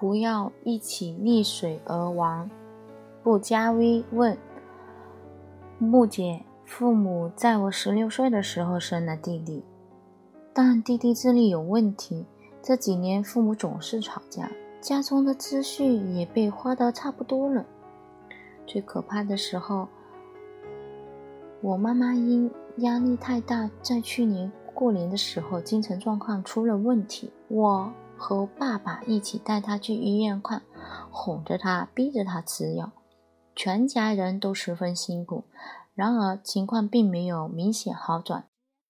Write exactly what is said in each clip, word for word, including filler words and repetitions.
不要一起溺水而亡。布加威问，木姐，父母在我十六岁的时候生了弟弟，但弟弟智力有问题，这几年父母总是吵架，家中的积蓄也被花得差不多了。最可怕的时候，我妈妈因压力太大，在去年过年的时候精神状况出了问题，我和爸爸一起带她去医院看，哄着她，逼着她吃药，全家人都十分辛苦，然而情况并没有明显好转。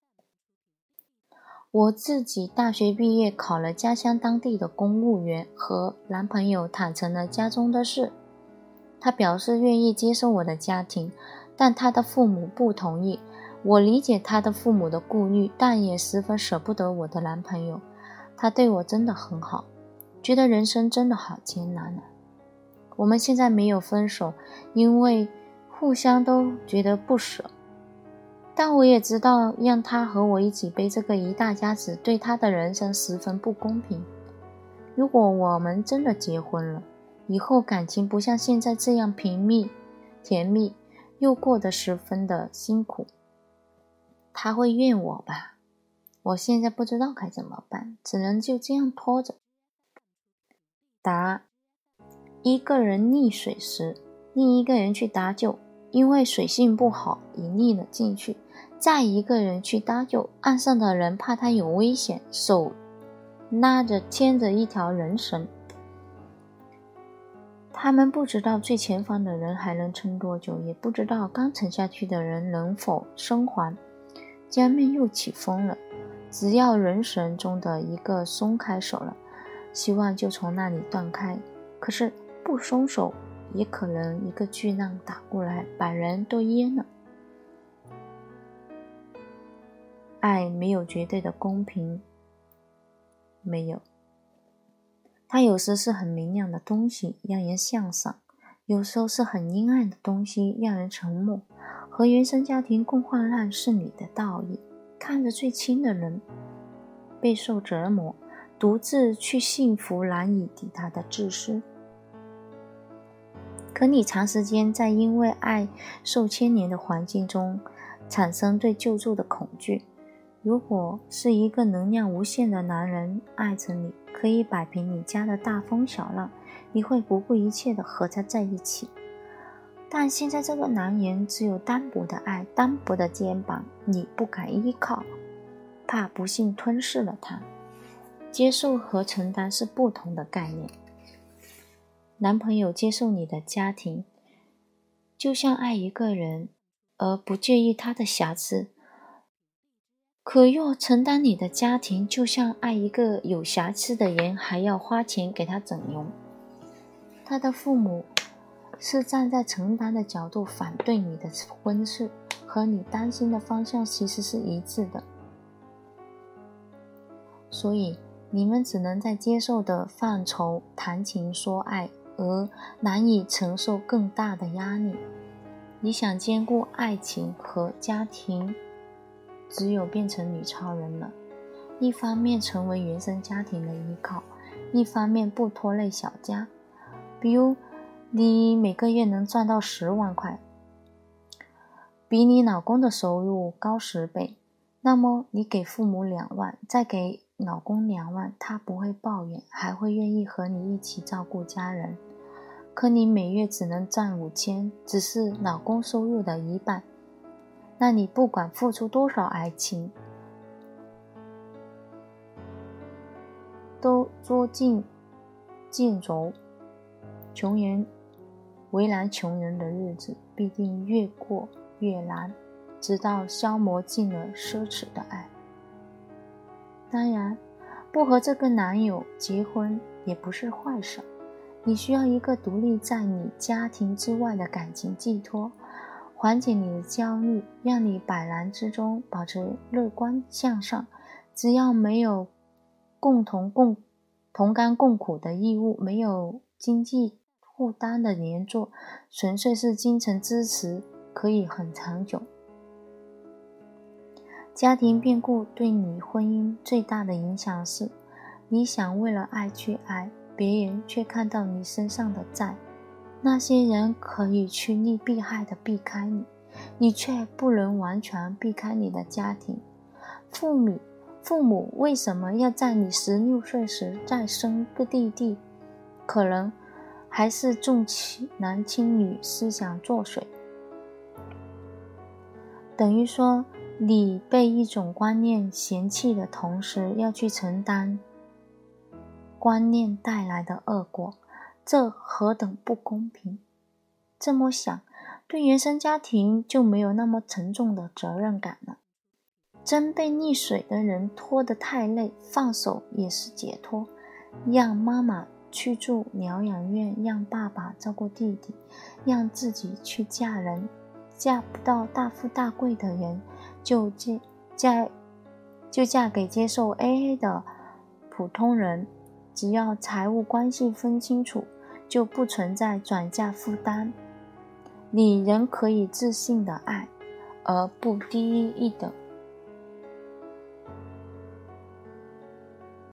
我自己大学毕业，考了家乡当地的公务员，和男朋友坦诚了家中的事。他表示愿意接受我的家庭，但他的父母不同意。我理解他的父母的顾虑，但也十分舍不得我的男朋友。他对我真的很好，觉得人生真的好艰难啊。我们现在没有分手，因为互相都觉得不舍。但我也知道，让他和我一起背这个一大家子，对他的人生十分不公平。如果我们真的结婚了，以后感情不像现在这样平蜜甜蜜，又过得十分的辛苦，他会怨我吧？我现在不知道该怎么办，只能就这样拖着。答：一个人溺水时，另一个人去搭救，因为水性不好，引溺了进去。再一个人去搭救，岸上的人怕他有危险，手拉着牵着一条人绳。他们不知道最前方的人还能撑多久，也不知道刚沉下去的人能否生还。江面又起风了，只要人绳中的一个松开手了，希望就从那里断开。可是不松手，也可能一个巨浪打过来，把人都淹了。爱没有绝对的公平，没有。它有时是很明亮的东西，让人向上；有时候是很阴暗的东西，让人沉默。和原生家庭共患难是你的道义，看着最亲的人备受折磨，独自去幸福难以抵达的自私。可你长时间在因为爱受牵连的环境中产生对救助的恐惧。如果是一个能量无限的男人爱着你，可以摆平你家的大风小浪，你会不顾一切地和他在一起。但现在这个男人只有单薄的爱，单薄的肩膀，你不敢依靠，怕不幸吞噬了他。接受和承担是不同的概念。男朋友接受你的家庭，就像爱一个人，而不介意他的瑕疵。可若承担你的家庭，就像爱一个有瑕疵的人，还要花钱给他整容。他的父母是站在承担的角度反对你的婚事，和你担心的方向其实是一致的。所以你们只能在接受的范畴谈情说爱，而难以承受更大的压力。你想兼顾爱情和家庭，只有变成女超人了。一方面成为原生家庭的依靠，一方面不拖累小家。比如你每个月能赚到十万块，比你老公的收入高十倍，那么你给父母两万，再给老公两万，他不会抱怨，还会愿意和你一起照顾家人。可你每月只能赚五千，只是老公收入的一半，那你不管付出多少爱情，都捉襟见肘。穷人为难穷人的日子必定越过越难，直到消磨尽了奢侈的爱。当然，不和这个男友结婚也不是坏事。你需要一个独立在你家庭之外的感情寄托，缓解你的焦虑，让你百难之中保持乐观向上。只要没有共同共同甘共苦的义务，没有经济负担的连坐，纯粹是精神支持，可以很长久。家庭变故对你婚姻最大的影响是，你想为了爱去爱， 别人却看到你身上的债。那些人可以趋利避害地避开你，你却不能完全避开你的家庭。父母父母为什么要在你十六岁时再生个弟弟？可能还是重男轻女思想作祟，等于说你被一种观念嫌弃的同时，要去承担观念带来的恶果，这何等不公平！这么想，对原生家庭就没有那么沉重的责任感了。真被溺水的人拖得太累，放手也是解脱。让妈妈去住疗养院，让爸爸照顾弟弟，让自己去嫁人，嫁不到大富大贵的人，就嫁嫁就嫁给接受 A A 的普通人。只要财务关系分清楚，就不存在转嫁负担。你仍可以自信的爱，而不低一等。